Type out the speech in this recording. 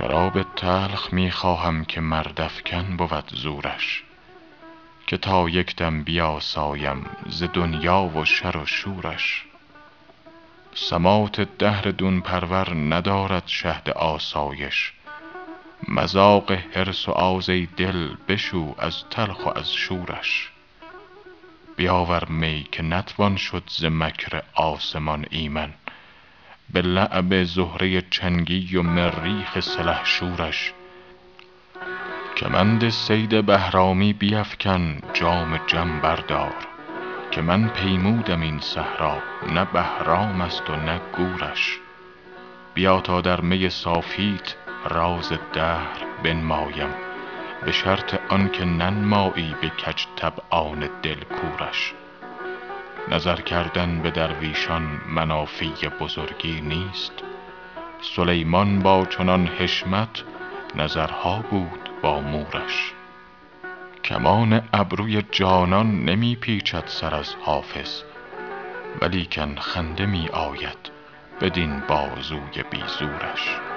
شراب تلخ می خواهم که مردافکن بود زورش، که تا یک دم بیاسایم ز دنیا و شر و شورش. سماط دهر دون پرور ندارد شهد آسایش، مذاق حرص و آز ای دل بشو از تلخ و از شورش. بیاور می که نتوان شد ز مکر آسمان ایمن، به لعب زهره چنگی و مریخ سلحشورش. کمند صید بهرامی بیفکن جام جم بردار، که من پیمودم این صحرا نه بهرام است و نه گورش. بیا تا در می صافیت راز دهر بنمایم، به شرط آن که ننمایی به کج طبعان دل کورش. نظر کردن به درویشان منافی بزرگی نیست، سلیمان با چنان حشمت نظرها بود با مورش. کمان ابروی جانان نمی پیچد سر از حافظ، ولیکن خنده می آید بدین بازوی بی زورش.